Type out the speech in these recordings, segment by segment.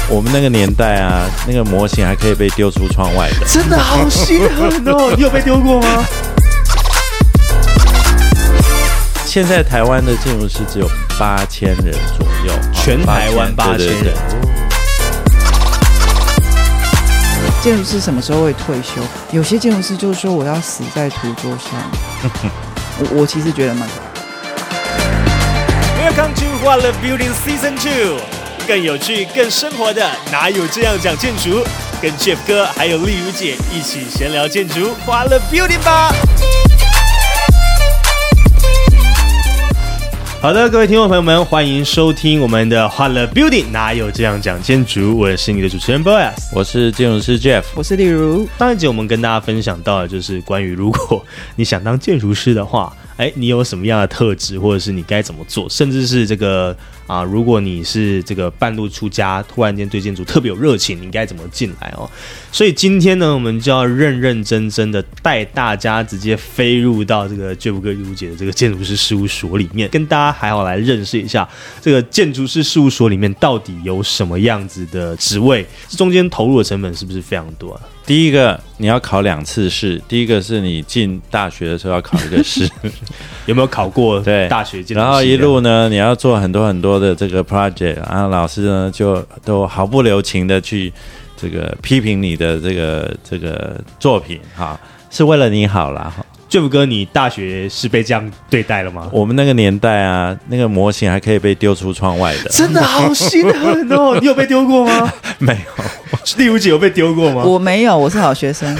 我们那个年代啊，那个模型还可以被丢出窗外的， 真的好心狠哦！你有被丢过吗？ 现在台湾的建筑师只有8000人左右， 全台湾8000人。 建筑师什么时候会退休？有些建筑师就是说我要死在图桌上。我其实觉得蛮可爱。Welcome to Hua Building Season 2， 更有趣、更生活的哪有这样讲建筑？跟 Jeff 哥还有丽如姐一起闲聊建筑，Hua Building 吧。好的，各位听众朋友们，欢迎收听我们的 Hua Building， 哪有这样讲建筑？我是你的主持人 Boaz， 我是建筑师 Jeff， 我是丽如。 上一集我们跟大家分享到的就是关于如果你想当建筑师的话，你有什么样的特质，或者是你该怎么做，甚至是这个如果你是这个半路出家，突然间对建筑特别有热情，你该怎么进来哦？所以今天呢，我们就要认认真真的带大家直接飞入到这个 Jeff 哥、丽如姐的这个建筑师事务所里面，跟大家还好来认识一下这个建筑师事务所里面到底有什么样子的职位，这中间投入的成本是不是非常多啊？ 第一个你要考2次试，第一个是你进大学的时候要考一个试， 有没有考过大学建筑师？然后一路呢，你要做很多很多的这个 project， 然后老师呢就都毫不留情的去这个批评你的这个作品，哈，是为了你好啦。 Jeff 哥，你大学是被这样对待了吗？ 我们那个年代啊，那个模型还可以被丢出窗外的， 真的好心狠哦！你有被丢过吗？ 没有。 丽如姐有被丢过吗？ 我没有，我是好学生。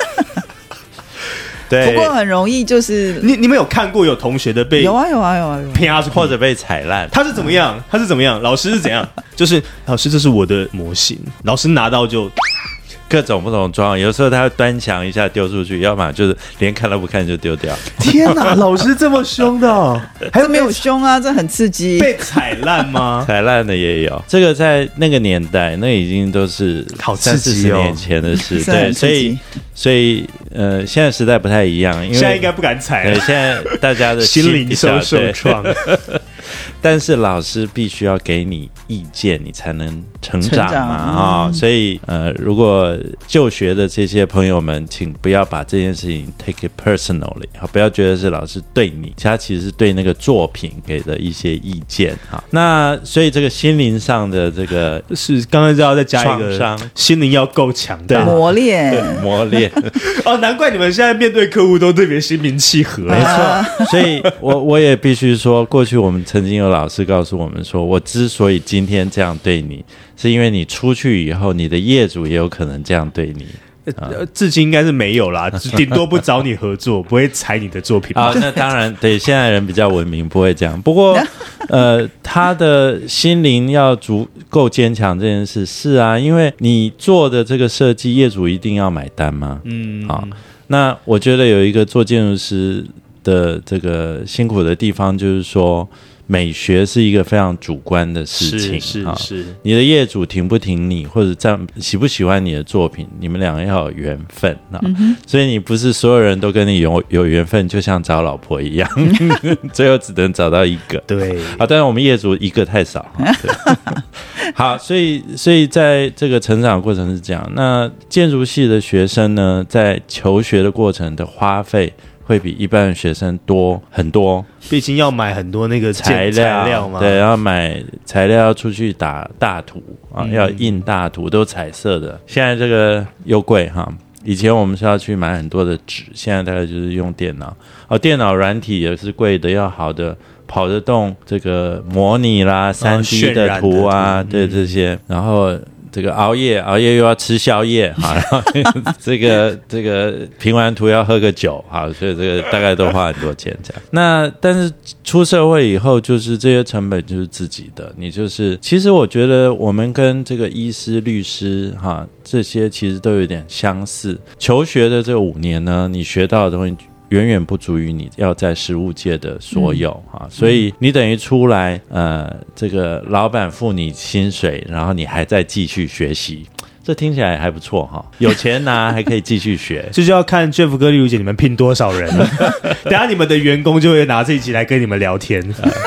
对， 不过很容易就是你们有看过有同学的被有啊啪或者被踩烂， 他是怎么样？老师是怎样？就是老师，这是我的模型，老师拿到就。 各种不同状况，有时候他会端详一下丢出去，要么就是连看都不看就丢掉。 天哪，老师这么凶的哦？ 还有没有凶啊？这很刺激。 被踩烂吗？ 踩烂的也有。这个在那个年代，那已经都是好刺激 30-40年前的事。对，所以现在时代不太一样，因为现在应该不敢踩了。 对，现在大家的心灵受创。 但是老师必须要给你意见，你才能成长嘛，所以如果就学的这些朋友们，请不要把这件事情 take it personally， 不要觉得是老师对你，他其实是对那个作品给的一些意见。那所以这个心灵上的这个是刚刚要再加一个心灵要够强大， 磨练哦，难怪你们现在面对客户都特别心平气和。 没错，所以我也必须说，过去我们曾经有老师告诉我们说，我之所以今天这样对你，是因为你出去以后，你的业主也有可能这样对你。 至今应该是没有啦，顶多不找你合作，不会踩你的作品。 那当然，对，现在人比较文明，不会这样。不过，他的心灵要足够坚强这件事是啊，因为你做的这个设计，业主一定要买单嘛。那我觉得有一个做建筑师的这个辛苦的地方，就是说美学是一个非常主观的事情，是你的业主挺不挺你，或者喜不喜欢你的作品，你们两个要有缘分所以你不是所有人都跟你有缘分，就像找老婆一样最后只能找到一个。 对， 当然我们业主一个太少好，所以在这个成长过程是这样。那建筑系的学生呢，在求学的过程的花费会比一般的学生多很多， 毕竟要买很多那个材料嘛。 对，要买材料，要出去打大图要印大图，都彩色的。现在这个又贵哈，以前我们是要去买很多的纸，现在大概就是用电脑。电脑软体也是贵的，要好的跑得动这个模拟啦、3D 的图啊，对这些，然后。这个熬夜又要吃宵夜然后这个评完图要喝个酒所以这个大概都花很多钱这样。那但是出社会以后，就是这些成本就是自己的，你就是其实我觉得我们跟这个医师、律师这些其实都有点相似。求学的这5年呢，你学到的东西远远不足以你要在实务界的所有所以你等于出来这个老板付你薪水，然后你还在继续学习，这听起来还不错有钱拿还可以继续学这就要看 Jeff 哥、丽如姐你们聘多少人了等一下你们的员工就会拿这一集来跟你们聊天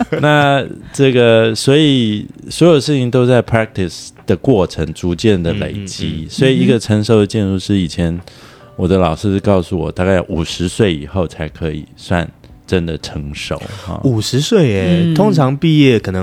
那这个，所以所有事情都在 practice 的过程逐渐的累积，所以一个成熟的建筑师，以前我的老师告诉我，大概50岁以后才可以算真的成熟。 50岁耶，通常毕业可能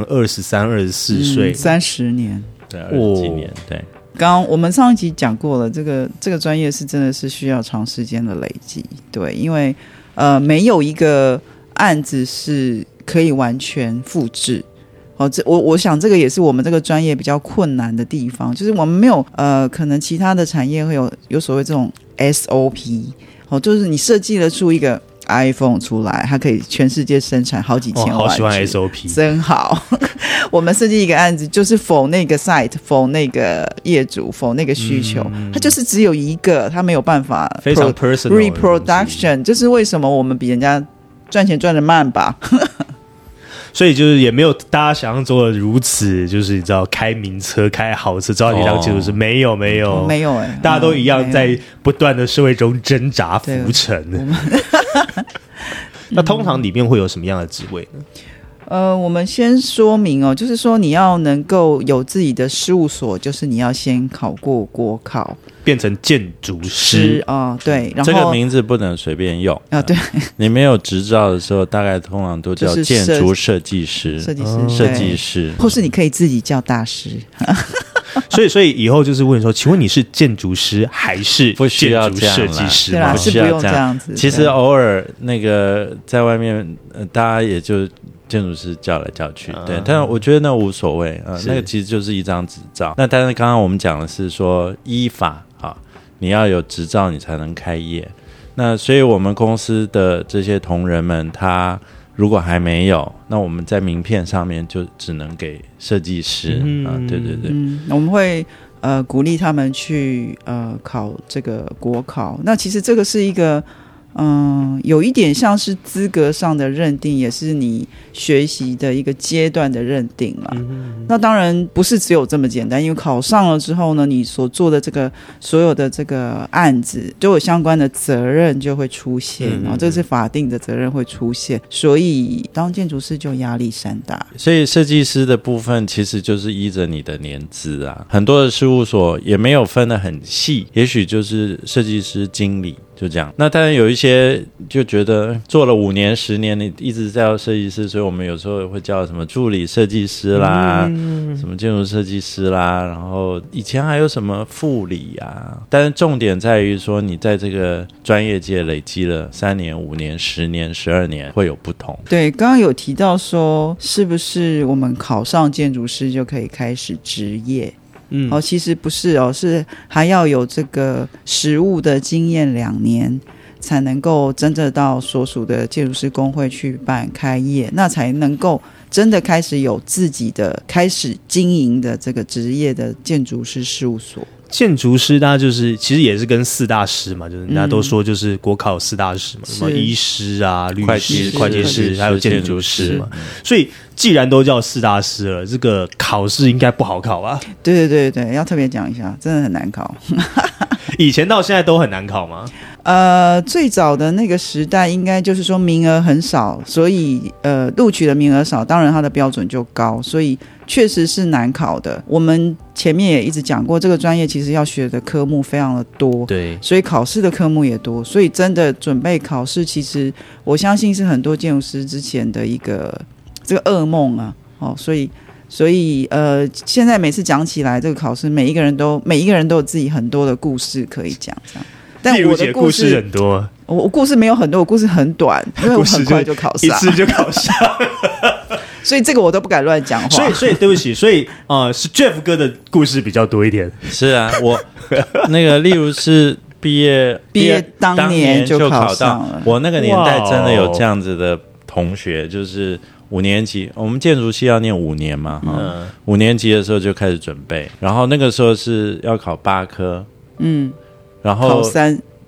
23、24岁 ，30年， 对，20几年，对。 刚刚我们上一集讲过了，这个专业是真的是需要长时间的累积，对，因为没有一个案子是可以完全复制。我想这个也是我们这个专业比较困难的地方，就是我们没有可能其他的产业会有所谓这种 SOP，就是你设计了出一个 iPhone 出来，它可以全世界生产好几千万只， 好喜欢 SOP， 真好。我们设计一个案子，就是否那个 site，否那个业主，否那个需求，它就是只有一个，它没有办法非常 personal reproduction， 就是为什么我们比人家赚钱赚得慢吧。 所以就是也没有大家想象中的如此，就是你知道开名车开豪车找你当建筑师，没有大家都一样在不断的社会中挣扎浮沉。那通常里面会有什么样的职位呢？ 我们先说明就是说你要能够有自己的事务所，就是你要先考过国考， 变成建筑师对，然后这个名字不能随便用对， 你没有执照的时候，大概通常都叫建筑设计师、设计师， 或是你可以自己叫大师。 所以以后就是问说，请问你是建筑师还是建筑设计师？ 对啦，是不用这样子。 其实偶尔那个在外面，大家也就建筑师叫来叫去，对，但是我觉得那无所谓那个其实就是一张执照。那但是刚刚我们讲的是说依法你要有执照你才能开业。那所以我们公司的这些同仁们，他如果还没有，那我们在名片上面就只能给设计师对对对， 我们会鼓励他们去考这个国考。那其实这个是一个有一点像是资格上的认定，也是你学习的一个阶段的认定啦。那当然不是只有这么简单，因为考上了之后呢，你所做的这个所有的这个案子都有相关的责任就会出现，然后这是法定的责任会出现，所以当建筑师就压力山大。 所以设计师的部分其实就是依着你的年资很多的事务所也没有分得很细，也许就是设计师经理就这样。那当然有一些就觉得做了5年10年你一直在叫设计师，所以我们有时候会叫什么助理设计师啦，什么建筑设计师啦，然后以前还有什么副理但是重点在于说你在这个专业界累积了3年5年10年12年会有不同。 对，刚刚有提到说是不是我们考上建筑师就可以开始执业，其实不是是还要有这个实务的经验2年才能够真的到所属的建筑师公会去办开业，那才能够真的开始有自己的开始经营的这个职业的建筑师事务所。 建筑师大家就是其实也是跟4大师嘛，就是大家都说就是国考有4大师嘛，什么医师律师、会计师还有建筑师嘛，所以既然都叫4大师了，这个考试应该不好考吧？ 对对对对，要特别讲一下，真的很难考。 以前到现在都很难考吗？ 最早的那个时代应该就是说名额很少，所以录取的名额少，当然它的标准就高，所以确实是难考的。我们前面也一直讲过，这个专业其实要学的科目非常的多，对，所以考试的科目也多，所以真的准备考试，其实我相信是很多建筑师之前的一个这个噩梦所以现在每次讲起来这个考试，每一个人都有自己很多的故事可以讲，这样。但我的故事很多， 我故事没有很多，我故事很短，因为我很快就考上， 一次就考上。 所以这个我都不敢乱讲话。 所以对不起，所以是 Jeff 哥的故事比较多一点。 是啊，我那个例如是毕业当年就考上了。我那个年代真的有这样子的同学，就是5年级，我们建筑系要念5年嘛，5年级的时候就开始准备，然后那个时候是要考8科，然后考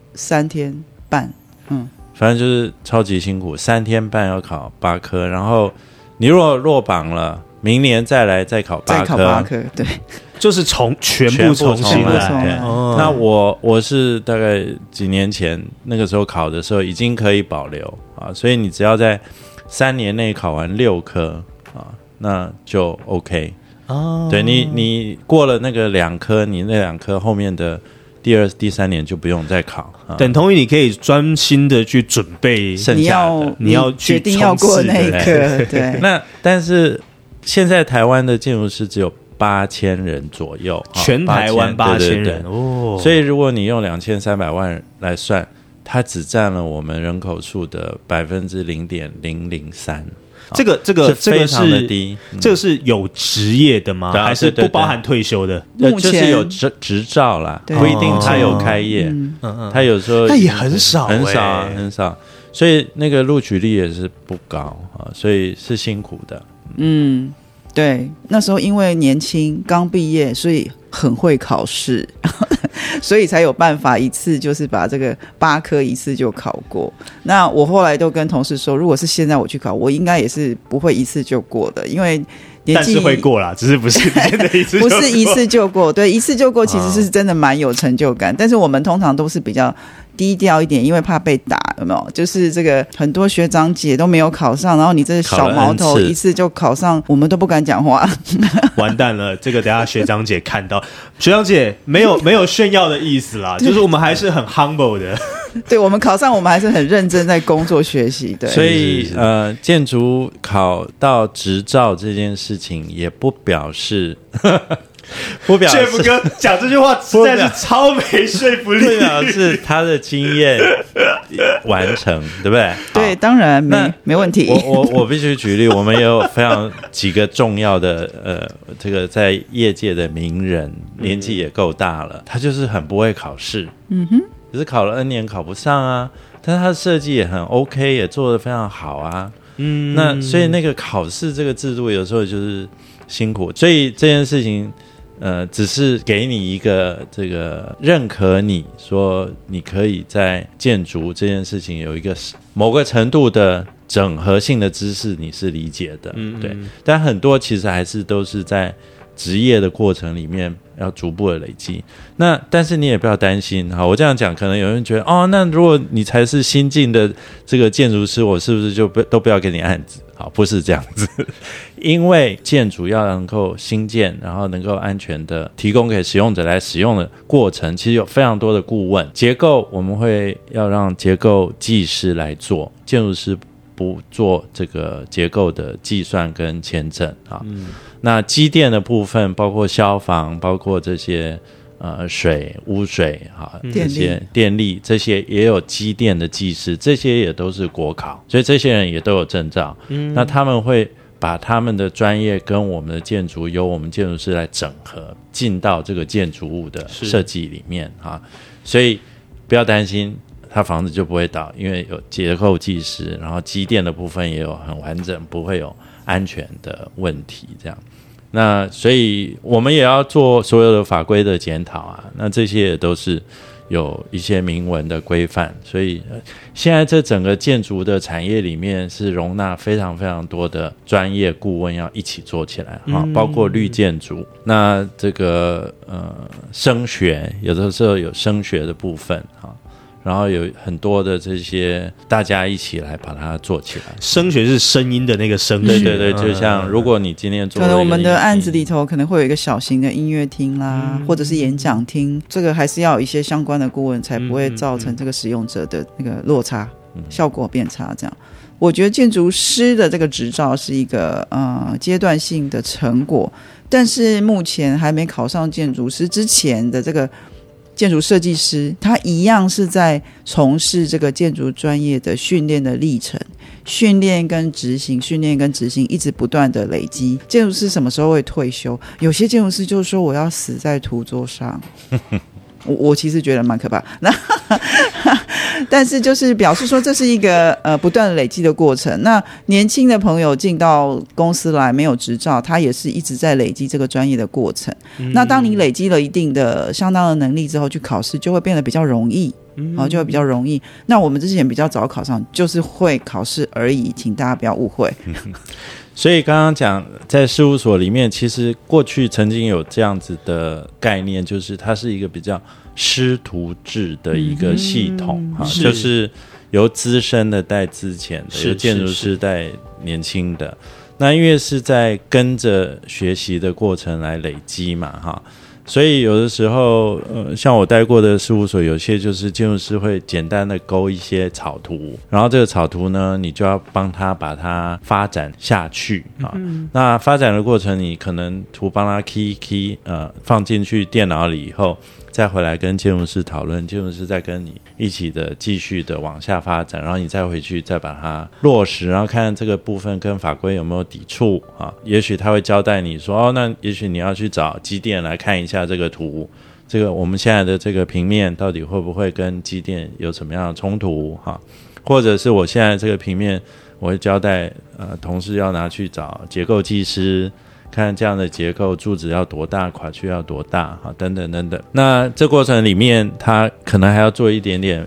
3天半， 反正就是超级辛苦，3天半要考8科，然后你如果落榜了，明年再考8科， 对， 就是全部重新来。 那我是大概几年前那个时候考的时候已经可以保留所以你只要在3年内考完6科， 那就 OK。 哦， 对你过了那个2科，你那2科后面的第2、第3年就不用再考， 等同于你可以专心的去准备剩下的， 你要去决定要过那一科。对， 那但是现在台湾的建筑师只有8000人左右， 全台湾8000人， 对哦，所以如果你用2300万人来算，它只占了我们人口数的0.003%。 这个是非常的低， 这个是有职业的吗？还是不包含退休的？ 目前就是有执照啦，不一定他有开业，他有时候那也很少， 很少啊，很少，所以那个录取率也是不高啊，所以是辛苦的。 嗯，对，那时候因为年轻刚毕业，所以很会考试。所以才有办法一次就是把这个8科一次就考过。那我后来都跟同事说，如果是现在我去考，我应该也是不会一次就过的，因为但是会过啦，只是不是真的一次就过， 不是一次就过。对，一次就过其实是真的蛮有成就感，但是我们通常都是比较低调一点，因为怕被打，有没有？就是这个很多学长姐都没有考上，然后你这小毛头一次就考上，我们都不敢讲话。 完蛋了，这个等一下学长姐看到，学长姐没有炫耀的意思啦，就是我们还是很 humble 的。 对，我们考上，我们还是很认真在工作学习。对， 所以建筑考到执照这件事情也不表示。不表示 Jeff 哥讲这句话实在是超没说服力， 不表示他的经验完成，对不对？ 对，当然没问题。 我必须举例，我们也有非常几个重要的这个在业界的名人，年纪也够大了，他就是很不会考试，只是考了 N 年考不上啊，但是他的设计也很 OK， 也做得非常好啊。那所以那个考试这个制度有时候就是辛苦，所以这件事情。只是给你一个这个认可，你说你可以在建筑这件事情有一个某个程度的整合性的知识，你是理解的，对。但很多其实还是都是在职业的过程里面要逐步的累积。那但是你也不要担心，好，我这样讲可能有人觉得那如果你才是新进的这个建筑师，我是不是就都不要给你案子？好，不是这样子，因为建筑要能够新建，然后能够安全的提供给使用者来使用的过程，其实有非常多的顾问。结构我们会要让结构技师来做，建筑师不做这个结构的计算跟签证啊。那机电的部分，包括消防，包括这些水、污水这些电力，这些也有机电的技师，这些也都是国考，所以这些人也都有证照。那他们会把他们的专业跟我们的建筑，由我们建筑师来整合，进到这个建筑物的设计里面啊。所以不要担心，他房子就不会倒，因为有结构技师，然后机电的部分也有很完整，不会有安全的问题这样。那所以我们也要做所有的法规的检讨啊，那这些也都是有一些明文的规范，所以现在这整个建筑的产业里面是容纳非常非常多的专业顾问要一起做起来包括绿建筑，那这个声学有的时候有声学的部分然后有很多的这些大家一起来把它做起来。 声学是声音的那个声学， 对，就像如果你今天做可能我们的案子里头可能会有一个小型的音乐厅啦，或者是演讲厅，这个还是要有一些相关的顾问，才不会造成这个使用者的那个落差，效果变差这样。我觉得建筑师的这个执照是一个阶段性的成果，但是目前还没考上建筑师之前的这个建筑设计师，他一样是在从事这个建筑专业的训练的历程，训练跟执行一直不断的累积。建筑师什么时候会退休？有些建筑师就是说我要死在图桌上我其实觉得蛮可怕但是就是表示说这是一个不断的累积的过程。那年轻的朋友进到公司来没有执照，他也是一直在累积这个专业的过程。那当你累积了一定的相当的能力之后，去考试就会变得比较容易就会比较容易。那我们之前比较早考上，就是会考试而已，请大家不要误会所以刚刚讲在事务所里面，其实过去曾经有这样子的概念，就是它是一个比较师徒制的一个系统就是由资深的带资浅的，由建筑师带年轻的。 那因为是在跟着学习的过程来累积嘛哈，所以有的时候像我待过的事务所，有些就是建筑师会简单的勾一些草图，然后这个草图呢你就要帮他把它发展下去啊。那发展的过程你可能图帮他 key 放进去电脑里以后，再回来跟建筑师讨论，建筑师再跟你一起的继续的往下发展，然后你再回去再把它落实，然后看这个部分跟法规有没有抵触啊。也许他会交代你说那也许你要去找机电来看一下这个图，这个我们现在的这个平面到底会不会跟机电有什么样的冲突哈，或者是我现在这个平面我会交代同事要拿去找结构技师，看这样的结构柱子要多大，跨区要多大等等等等。那这过程里面他可能还要做一点点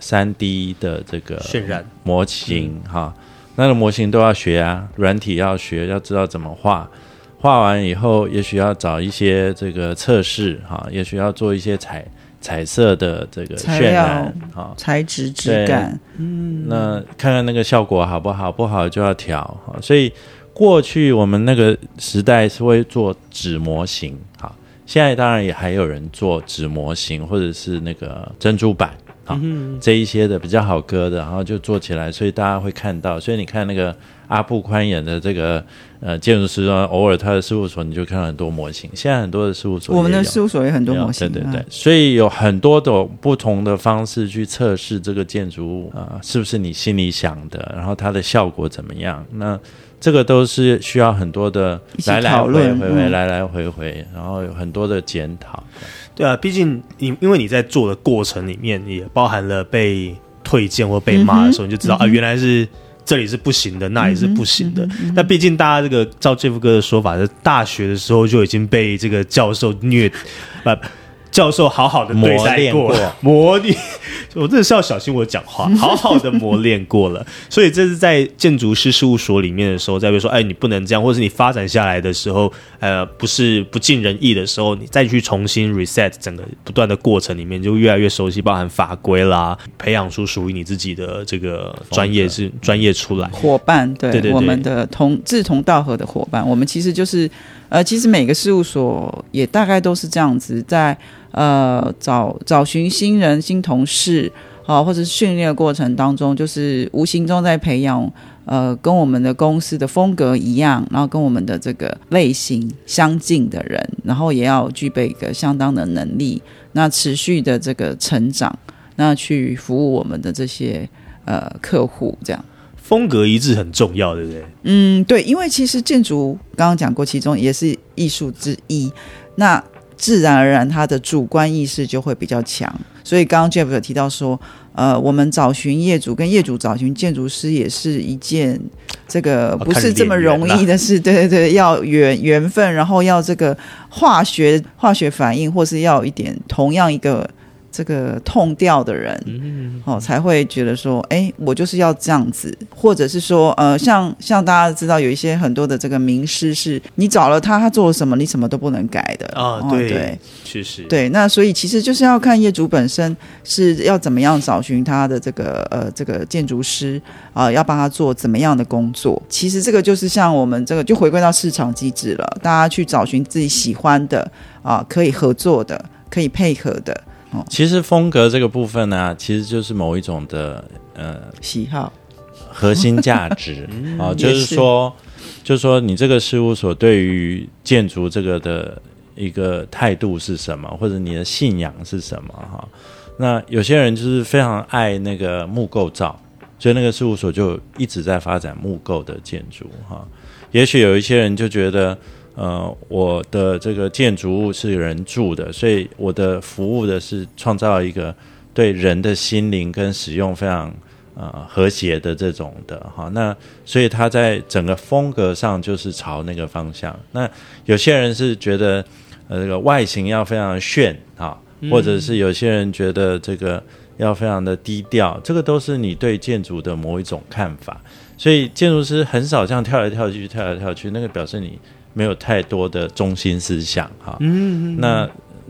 3D 的这个渲染模型那个模型都要学啊，软体要学，要知道怎么画，画完以后也许要找一些这个测试也许要做一些彩色的这个渲染材质质感那看看那个效果好不好，不好就要调所以过去我们那个时代是会做纸模型现在当然也还有人做纸模型或者是那个珍珠板这一些的比较好割的，然后就做起来，所以大家会看到。所以你看那个阿布宽演的这个建筑师偶尔他的事务所你就看到很多模型，现在很多的事务所也有， 我们的事务所也很多模型， 对对对，所以有很多种不同的方式去测试这个建筑物是不是你心里想的，然后它的效果怎么样，那这个都是需要很多的来来回回来来回回，然后有很多的检讨。 对啊，毕竟因为你在做的过程里面也包含了被推荐或被骂的时候，你就知道原来是这里是不行的，那里是不行的。那毕竟大家这个照Jeff哥的说法，在大学的时候就已经被这个教授教授好好的对待过了，磨练，我真的是要小心我讲话，好好的磨练过了。所以这是在建筑师事务所里面的时候，再比如说，你不能这样，或者是你发展下来的时候，不是不尽人意的时候，你再去重新 reset 整个不断的过程里面，就越来越熟悉，包含法规啦，培养出属于你自己的这个专业出来。伙伴，对我们的志同道合的伙伴，我们其实就是其实每个事务所也大概都是这样子，在找寻新人、新同事，或者是训练的过程当中，就是无形中在培养跟我们的公司的风格一样，然后跟我们的这个类型相近的人，然后也要具备一个相当的能力，那持续的这个成长，那去服务我们的这些客户，这样。 风格一致很重要，对不对？ 对，因为其实建筑刚刚讲过，其中也是艺术之一，那自然而然它的主观意识就会比较强。所以刚刚 Jeff 有提到说我们找寻业主跟业主找寻建筑师也是一件这个不是这么容易的事，对对对，要缘分，然后要这个化学反应，或是要一点同样一个这个痛调的人才会觉得说我就是要这样子，或者是说像大家知道有一些很多的这个名师是你找了他做了什么你什么都不能改的对，确实对，那所以其实就是要看业主本身是要怎么样找寻他的这个建筑师要帮他做怎么样的工作。其实这个就是像我们这个就回归到市场机制了，大家去找寻自己喜欢的可以合作的可以配合的。 其实风格这个部分呢其实就是某一种的喜好核心价值就是说你这个事务所对于建筑这个的一个态度是什么，或者你的信仰是什么那有些人就是非常爱那个木构造，所以那个事务所就一直在发展木构的建筑也许有一些人就觉得我的这个建筑物是人住的，所以我的服务的是创造一个对人的心灵跟使用非常和谐的这种的那所以他在整个风格上就是朝那个方向。那有些人是觉得这个外形要非常炫或者是有些人觉得这个要非常的低调，这个都是你对建筑的某一种看法。所以建筑师很少这样跳来跳去，那个表示你没有太多的中心思想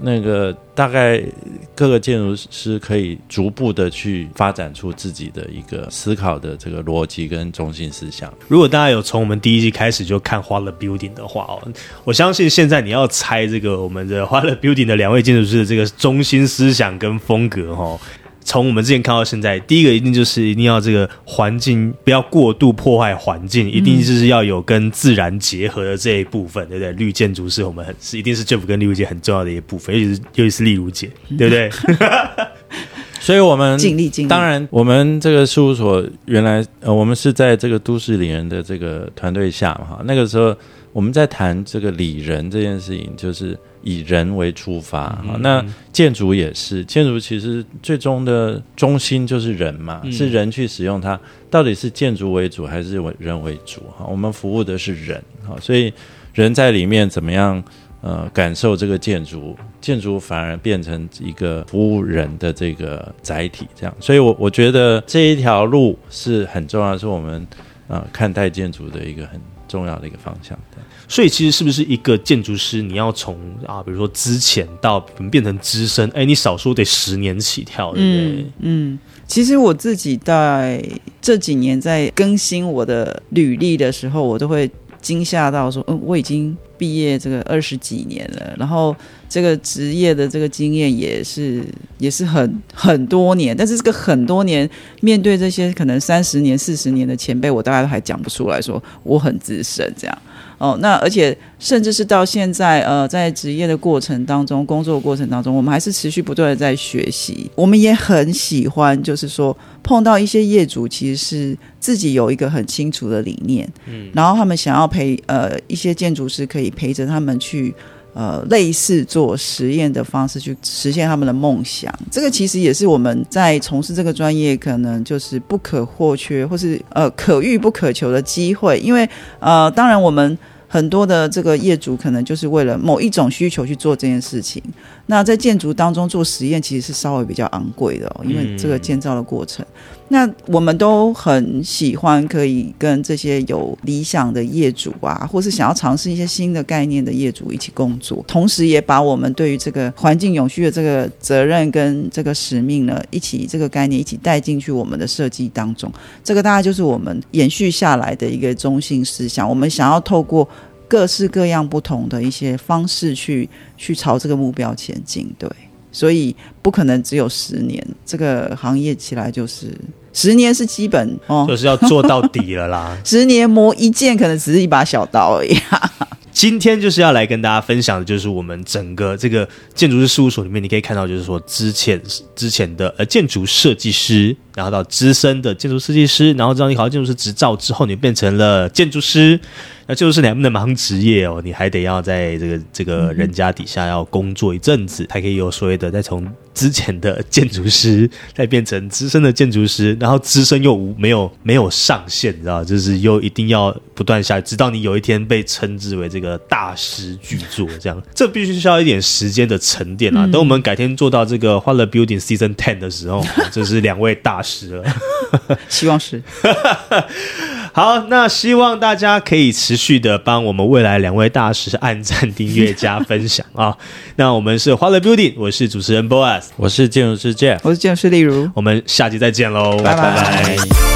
那个大概各个建筑师可以逐步的去发展出自己的一个思考的这个逻辑跟中心思想。 如果大家有从我们第一季开始就看花了 Building 的话我相信现在你要猜这个我们的花了 Building 的2位建筑师的这个中心思想跟风格从我们之前看到现在，第一个一定要这个环境不要过度破坏环境，一定就是要有跟自然结合的这一部分，对不对？绿建筑是我们一定是 Jeff 跟丽如姐很重要的一部分，尤其是丽如姐，对不对？ 所以我们尽力。 当然，我们这个事务所原来我们是在这个都市里人的这个团队下嘛，那个时候我们在谈这个理人这件事情，就是以人为出发。那建筑也是，建筑其实最终的中心就是人嘛，是人去使用它，到底是建筑为主还是人为主？我们服务的是人，所以人在里面怎么样感受这个建筑，建筑反而变成一个服务人的这个载体，这样。所以我觉得这一条路是很重要，是我们看待建筑的一个很重要的一个方向。 所以其实是不是一个建筑师，你要从比如说之前到变成资深，你少说得10年起跳，对不对？ 其实我自己在这几年在更新我的履历的时候，我都会惊吓到说，我已经毕业这个20几年了，然后这个职业的这个经验也是很多年，但是这个很多年面对这些可能30年40年的前辈，我大概都还讲不出来说我很资深这样。那而且甚至是到现在在职业的过程当中，工作的过程当中，我们还是持续不断的在学习。我们也很喜欢就是说碰到一些业主其实是自己有一个很清楚的理念，然后他们想要一些建筑师可以陪着他们去类似做实验的方式去实现他们的梦想。这个其实也是我们在从事这个专业可能就是不可或缺或是可遇不可求的机会。因为当然我们很多的这个业主可能就是为了某一种需求去做这件事情，那在建筑当中做实验其实是稍微比较昂贵的因为这个建造的过程。那我们都很喜欢可以跟这些有理想的业主或是想要尝试一些新的概念的业主一起工作，同时也把我们对于这个环境永续的这个责任跟这个使命呢，这个概念一起带进去我们的设计当中。这个大概就是我们延续下来的一个中心思想，我们想要透过各式各样不同的一些方式去朝这个目标前进。对，所以不可能只有10年，这个行业起来就是10年是基本就是要做到底了啦。 10年磨一剑可能只是一把小刀而已今天就是要来跟大家分享的就是我们整个这个建筑师事务所里面，你可以看到就是说之前的建筑设计师，然后到资深的建筑设计师，然后让你考到建筑师执照之后，你变成了建筑师。那建筑师你还不能马上职业你还得要在这个人家底下要工作一阵子，才可以有所谓的再从之前的建筑师再变成资深的建筑师，然后资深又没有上限，你知道，就是又一定要不断下去，直到你有一天被称之为这个大师巨作这样。这必须需要一点时间的沉淀等我们改天做到这个花了 Building Season 10的时候，就是2位大师了希望是好，那希望大家可以持续的帮我们未来2位大师按赞、订阅、加分享那我们是花了 Building， 我是主持人 Boaz， 我是建筑师 Jeff， 我是建筑师丽如， 我们下集再见喽， 拜拜。